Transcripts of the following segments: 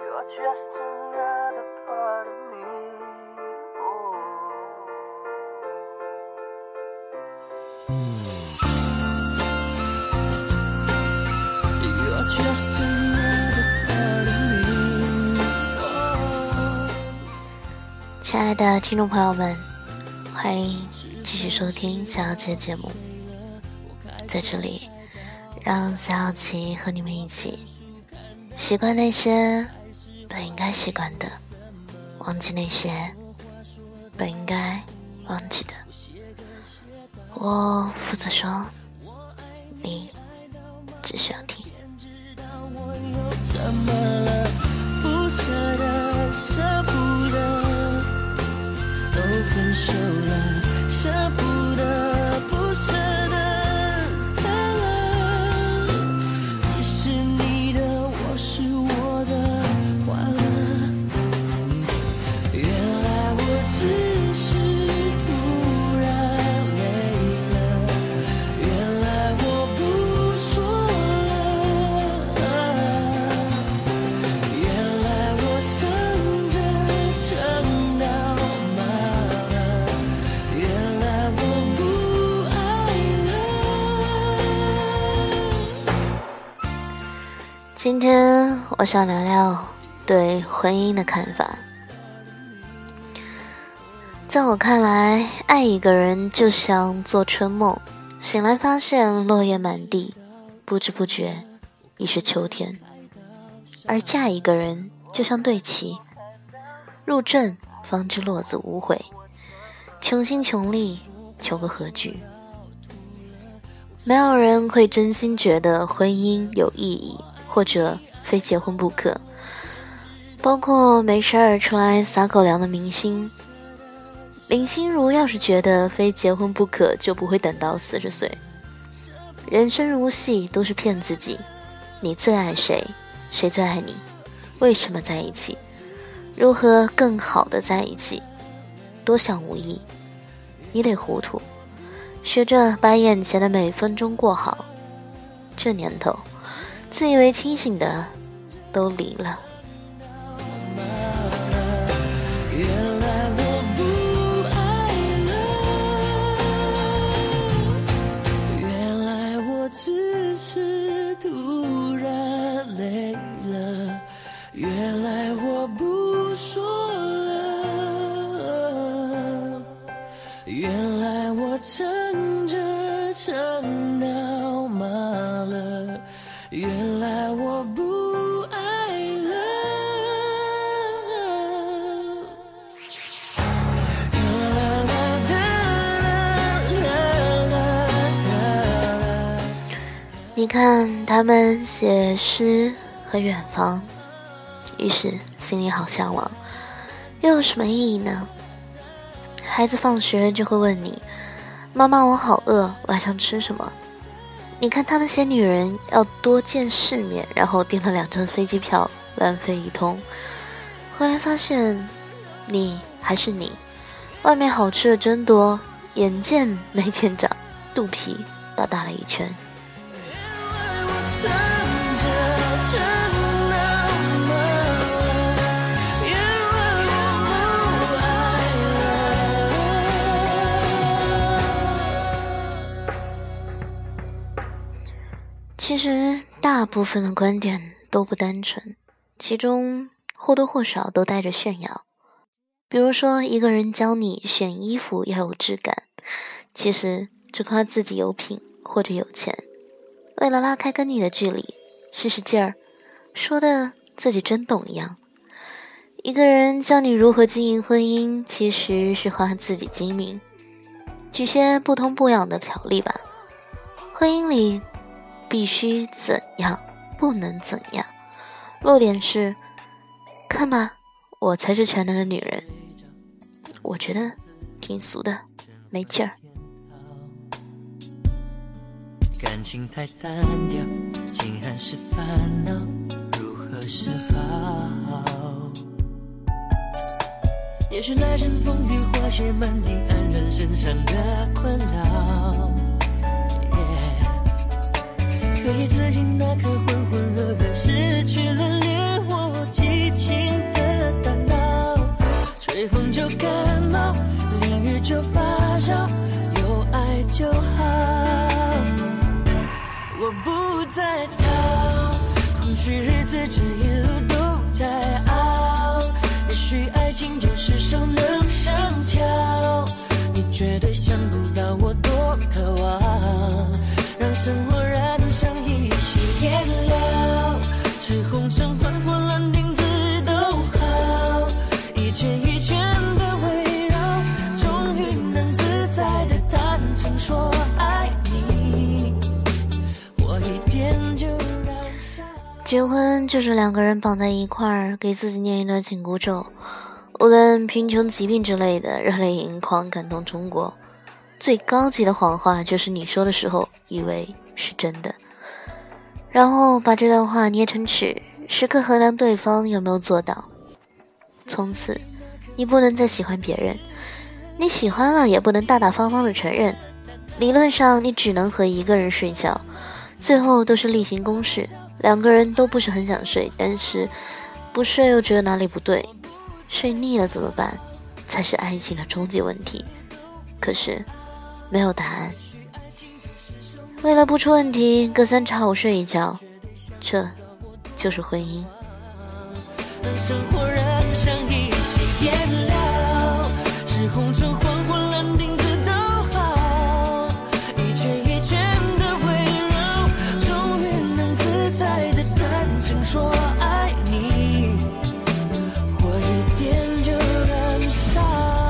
亲爱的听众朋友们，欢迎继续收听小小琪的节目。在这里，让小小琪和你们一起习惯那些本应该习惯的，忘记那些本应该忘记的。我负责说，你只需要听。不舍得，舍不得，都分手了，舍不得，不舍得散了。你是你的，我是我的，完了。原来我只是突然累了，原来我不说了，原来我撑着撑到麻了，原来我不爱了。今天我想聊聊对婚姻的看法。在我看来，爱一个人就像做春梦，醒来发现落叶满地，不知不觉已是秋天。而嫁一个人就像对棋，入阵方知落子无悔，穷心穷力求个和局。没有人会真心觉得婚姻有意义，或者非结婚不可，包括没事儿出来撒狗粮的明星。林心如要是觉得非结婚不可，就不会等到40岁。人生如戏，都是骗自己。你最爱谁，谁最爱你，为什么在一起，如何更好的在一起，多想无益。你得糊涂，学着把眼前的每分钟过好。这年头，自以为清醒的都离了。只是突然累了，原来我不说了，原来我撑着撑到麻了，原来我不爱了。你看他们写诗和远方，于是心里好向往，又有什么意义呢？孩子放学就会问你，妈妈我好饿，晚上吃什么？你看他们写女人要多见世面，然后订了2张飞机票，乱飞一通，回来发现你还是你，外面好吃的真多，眼见没见长，肚皮倒大了一圈。其实大部分的观点都不单纯，其中或多或少都带着炫耀。比如说一个人教你选衣服要有质感，其实只夸自己有品或者有钱，为了拉开跟你的距离，使劲儿，说的自己真懂一样。一个人教你如何经营婚姻，其实是夸自己精明。举些不痛不痒的条例吧，婚姻里必须怎样，不能怎样。落点是，看吧，我才是全能的女人。我觉得挺俗的，没劲儿。 感情太单调，竟然是烦恼，如何是好？也许来阵风雨，化解满地黯然身上的困扰。可以自己那颗浑浑噩噩，失去了连我激情再逃，空虚日子这一路都在熬，也许爱情就是手能相交，你绝对想不到我多渴望，让生活燃上一些颜料，是红尘幻火蓝靛紫都好，一圈一圈的围绕，终于能自在的坦诚说爱你，我一点就燃烧。 结婚就是两个人绑在一块儿，给自己念一段紧箍咒，无论贫穷疾病之类的，热泪盈眶感动中国。最高级的谎话就是你说的时候以为是真的，然后把这段话捏成尺，时刻衡量对方有没有做到。从此你不能再喜欢别人，你喜欢了也不能大大方方的承认，理论上你只能和一个人睡觉，最后都是例行公事，两个人都不是很想睡，但是不睡又觉得哪里不对，睡腻了怎么办，才是爱情的终极问题。可是没有答案，为了不出问题，隔三差五睡一觉，这就是婚姻。 让生活燃上一些颜料，是红尘黄火蓝靛紫都好，一圈一圈的围绕，终于能自在的坦诚说爱你，我一点就燃烧。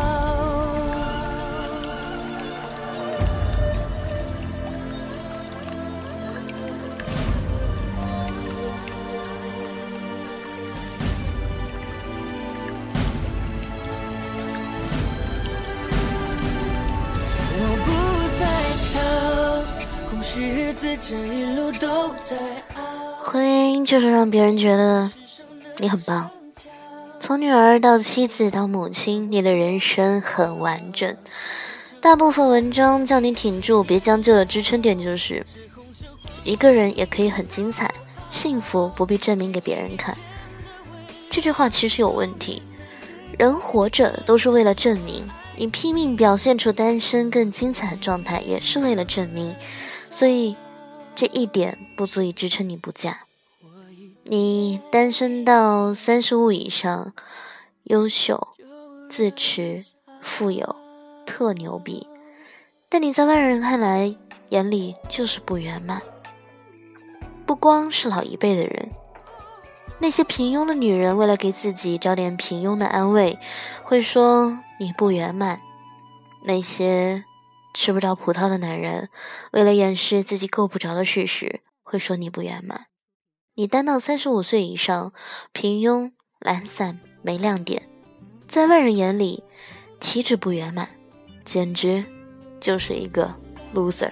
日子这一路都在熬。 婚姻就是让别人觉得你很棒，从女儿到妻子到母亲，你的人生很完整。大部分文章叫你挺住，别将就的支撑点就是一个人也可以很精彩，幸福不必证明给别人看。这句话其实有问题，人活着都是为了证明，你拼命表现出单身更精彩的状态也是为了证明，所以这一点不足以支撑你不嫁。你单身到35以上，优秀、自持、富有，特牛逼，但你在外人看来眼里就是不圆满。不光是老一辈的人，那些平庸的女人为了给自己找点平庸的安慰，会说你不圆满。那些吃不着葡萄的男人为了掩饰自己够不着的事实，会说你不圆满。你单到35岁以上，平庸、懒散、没亮点，在外人眼里岂止不圆满，简直就是一个 loser。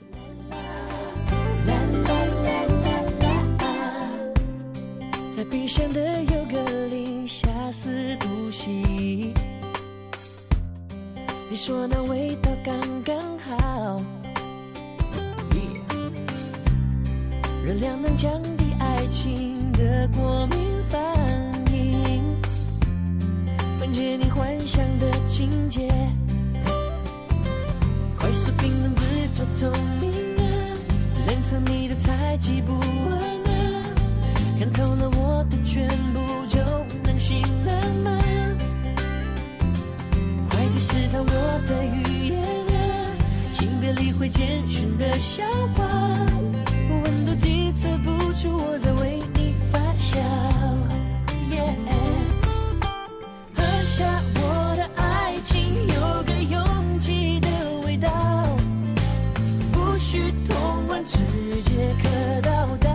在冰箱的有个零下4度 C， 你说那味道刚刚好，热量能降低爱情的过敏反应，分解你幻想的情节，快速平衡自作聪明啊，冷藏你的猜忌不完啊，看透了我的全部就能信了吗？快点试探我的语言啊，请别理会简讯的笑话，温度计测不出我在为你发笑，喝下我的爱情有个拥挤的味道，不需通关直接可到达，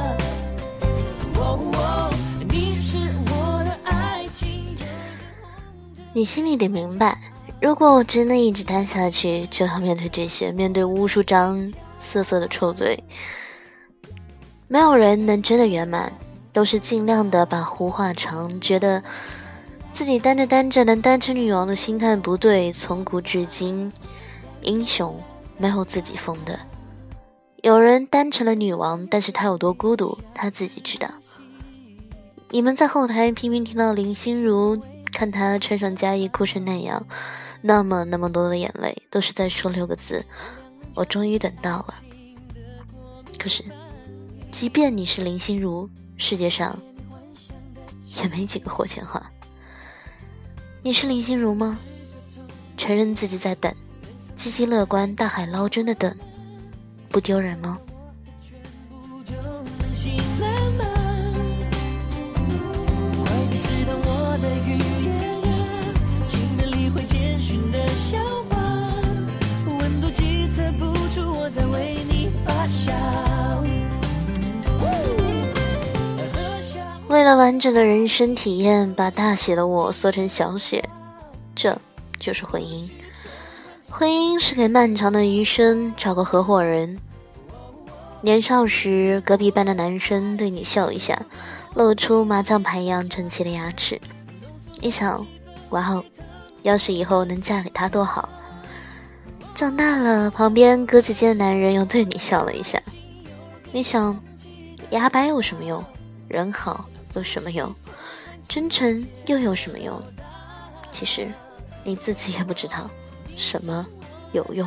你是我的爱情。 你心里得明白，如果我真的一直待下去，就要面对这些，面对无数张涩涩的臭嘴。没有人能真的圆满，都是尽量的把胡话长，觉得自己单着能单成女王的心态不对，从古至今英雄没有自己疯的。有人单成了女王，但是她有多孤独她自己知道。你们在后台频频听到林心如看她穿上嫁衣哭成那样，那么多的眼泪，都是在说6个字：我终于等到了。可是即便你是林心如，世界上也没几个霍建华。你是林心如吗？承认自己在等，积极乐观，大海捞针的等，不丢人吗？为了完整的人生体验，把大写的我缩成小写，这就是婚姻。婚姻是给漫长的余生找个合伙人。年少时，隔壁班的男生对你笑一下，露出麻将牌一样整齐的牙齿，你想，哇哦，要是以后能嫁给他多好。长大了，旁边隔几间的男人又对你笑了一下，你想，牙白有什么用？人好有什么用？真诚又有什么用？其实你自己也不知道什么有用。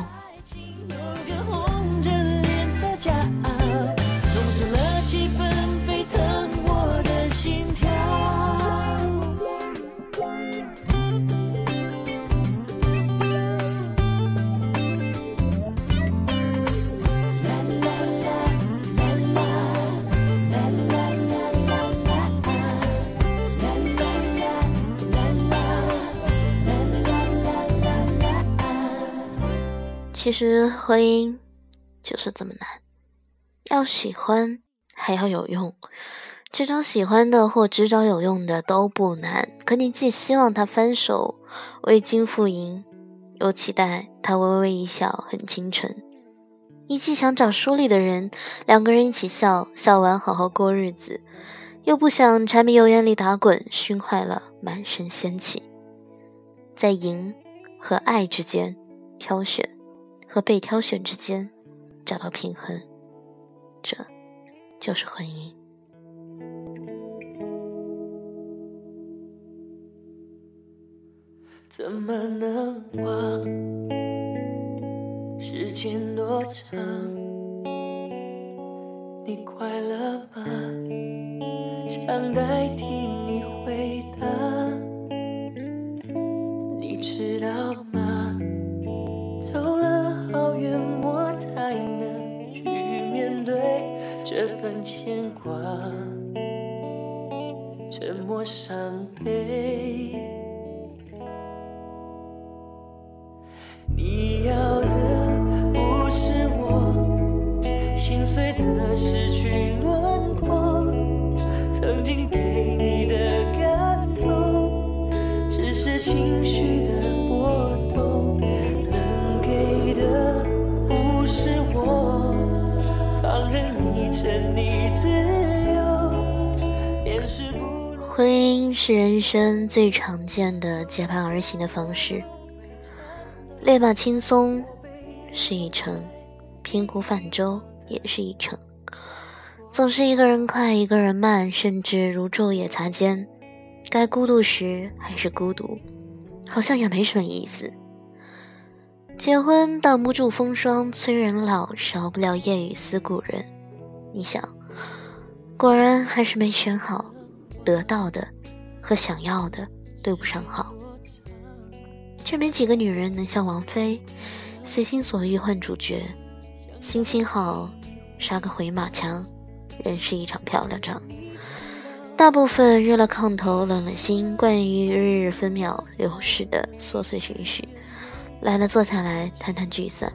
其实婚姻就是这么难，要喜欢还要有用。这种喜欢的或只找有用的都不难，可你既希望他翻手为金付银，又期待他微微一笑很倾城。你既想找书里的人，两个人一起笑，笑完好好过日子，又不想柴米油盐里打滚，熏坏了满身仙气。在赢和爱之间挑选，和被挑选之间找到平衡，这就是婚姻。 怎么能忘？时间多长？你快乐吗？想代替你回答。你知道吗？走了好远，我才能去面对这份牵挂，沉默伤悲。你要的不是我心碎的失去轮廓，曾经给你的感动，只是情绪的波动。能给的不是我放任你沉溺自由，掩饰不了。 婚姻是人生最常见的结伴而行的方式。烈马轻松是一程，平湖泛舟也是一程。总是一个人快，一个人慢，甚至如昼夜擦肩。该孤独时还是孤独，好像也没什么意思。结婚挡不住风霜催人老，少不了夜雨思故人。你想，果然还是没选好，得到的和想要的对不上号。却没几个女人能像王菲随心所欲换主角，心情好杀个回马枪，仍是一场漂亮仗。大部分热了炕头冷了心，关于日日分秒流逝的琐碎循序，来了坐下来谈谈聚散，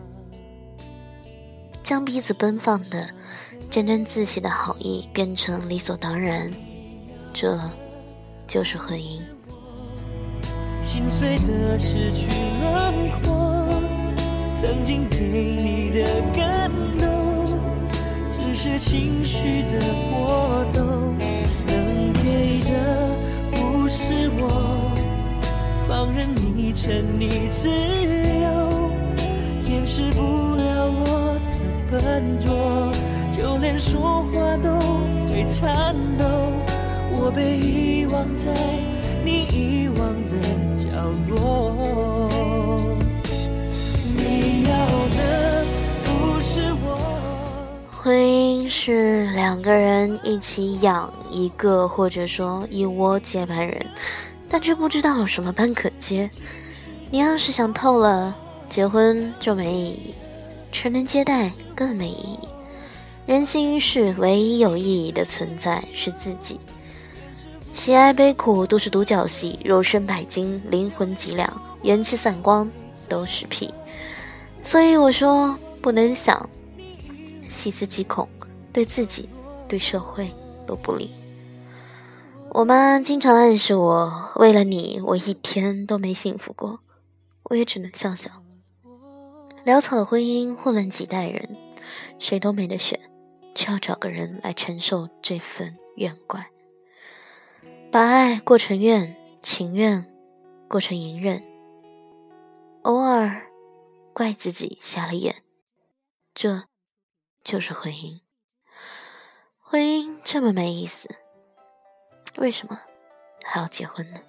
将彼此奔放的沾沾自喜的好意变成理所当然，这就是婚姻。 心碎的失去轮廓，曾经给你的感动，只是情绪的波动。能给的不是我放任你沉溺自由，掩饰不了我的笨拙，就连说话都会颤抖。我被遗忘在你遗忘的角落，你要的不是我。 婚姻是两个人一起养一个或者说一窝接班人，但却不知道有什么班可接。你要是想透了，结婚就没意义，成人接待更没意义。人行于世，唯一有意义的存在是自己。喜爱悲苦都是独角戏，肉身百斤，灵魂几两，元气散光都是屁。所以我说不能想，细思极恐，对自己对社会都不利。我妈经常暗示我，为了你我一天都没幸福过，我也只能笑笑。潦草的婚姻混乱几代人，谁都没得选，却要找个人来承受这份怨怪。把爱过成怨，情愿过成隐忍，偶尔怪自己瞎了眼，这就是婚姻。婚姻这么没意思，为什么还要结婚呢？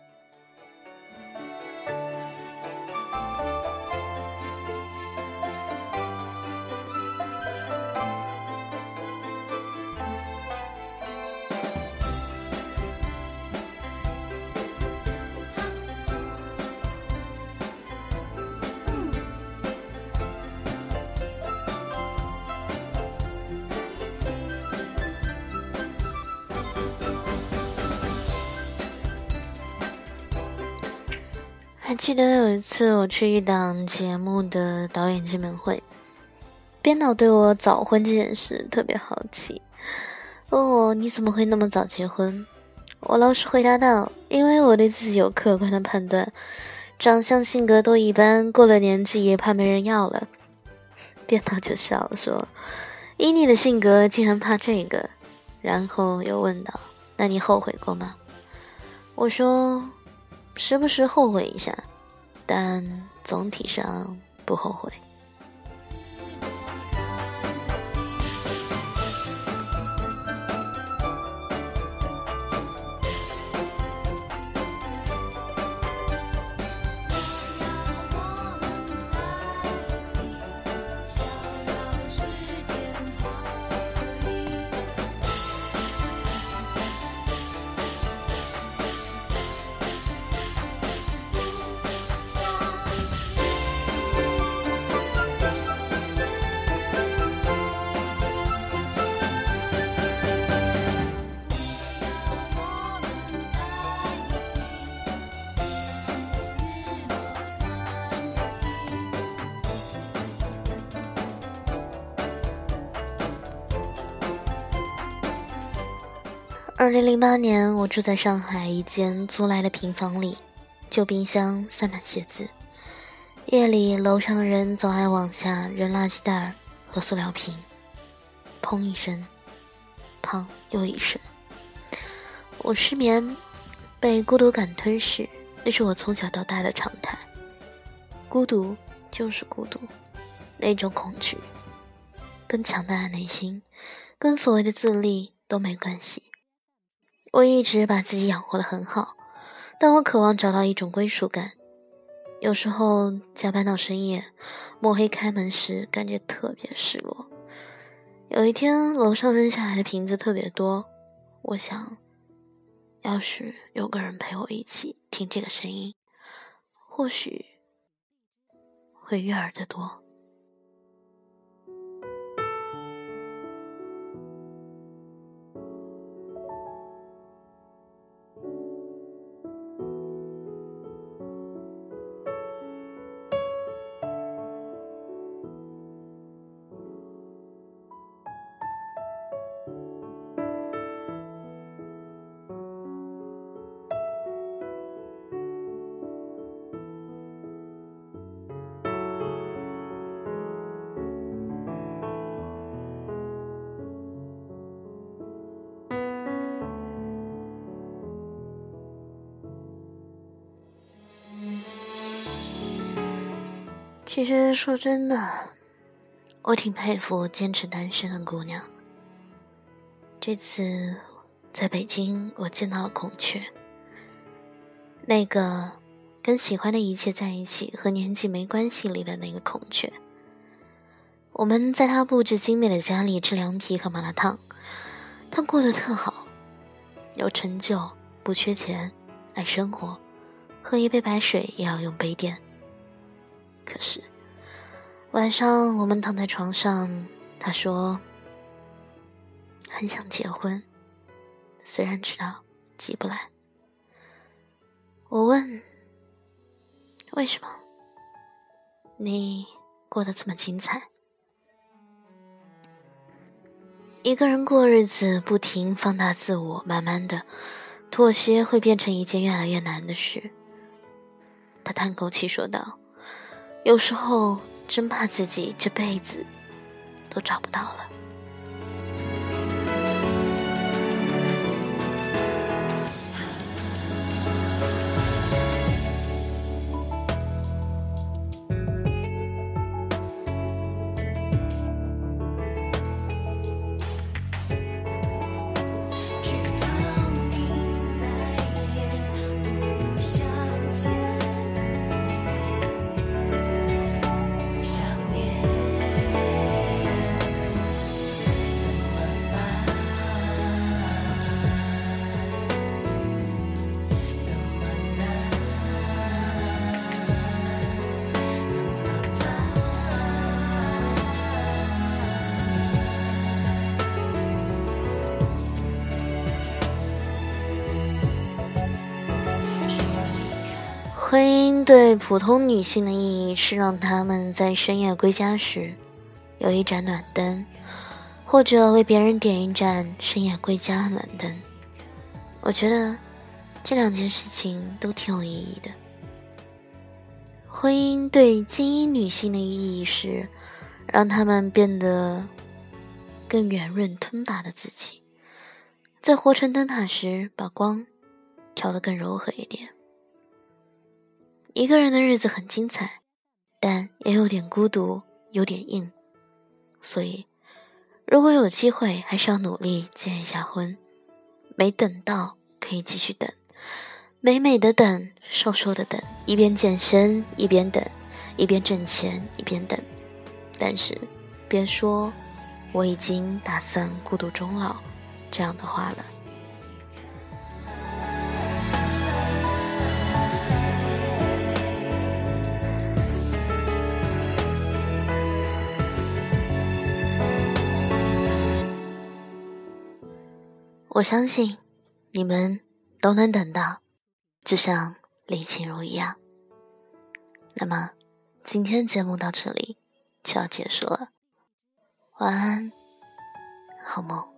还记得有一次我去一档节目的导演见面会，编导对我早婚这件事特别好奇，问我你怎么会那么早结婚。我老实回答道，因为我对自己有客观的判断，长相性格都一般，过了年纪也怕没人要了。编导就笑了说，以你的性格竟然怕这个，然后又问道，那你后悔过吗？我说时不时后悔一下，但总体上不后悔。2008年，我住在上海一间租来的平房里，旧冰箱塞满鞋子。夜里，楼上的人总爱往下扔垃圾袋和塑料瓶，砰一声，砰又一声。我失眠，被孤独感吞噬，那是我从小到大的常态。孤独就是孤独，那种恐惧，跟强大的内心，跟所谓的自立都没关系。我一直把自己养活得很好，但我渴望找到一种归属感。有时候加班到深夜，摸黑开门时感觉特别失落。有一天楼上扔下来的瓶子特别多，我想要是有个人陪我一起听这个声音，或许会悦耳得多。其实说真的，我挺佩服坚持单身的姑娘。这次在北京，我见到了孔雀，那个跟喜欢的一切在一起和年纪没关系里的那个孔雀。 我们在他布置精美的家里吃凉皮和麻辣烫，他过得特好，有成就，不缺钱，爱生活，喝一杯白水也要用杯垫。可是晚上我们躺在床上，他说很想结婚，虽然知道急不来。我问为什么你过得这么精彩？一个人过日子，不停放大自我，慢慢的妥协会变成一件越来越难的事。他叹口气说道，有时候真怕自己这辈子都找不到了。婚姻对普通女性的意义是让她们在深夜归家时有一盏暖灯，或者为别人点一盏深夜归家的暖灯。我觉得这两件事情都挺有意义的。婚姻对精英女性的意义是让她们变得更圆润吞拔的自己，在活成灯塔时把光调得更柔和一点。一个人的日子很精彩，但也有点孤独，有点硬。所以如果有机会，还是要努力结一下婚。没等到可以继续等，美美的等，瘦瘦的等，一边健身一边等，一边挣钱一边等。但是别说我已经打算孤独终老这样的话了。我相信你们都能等到，就像林心如一样。那么今天节目到这里就要结束了，晚安，好梦。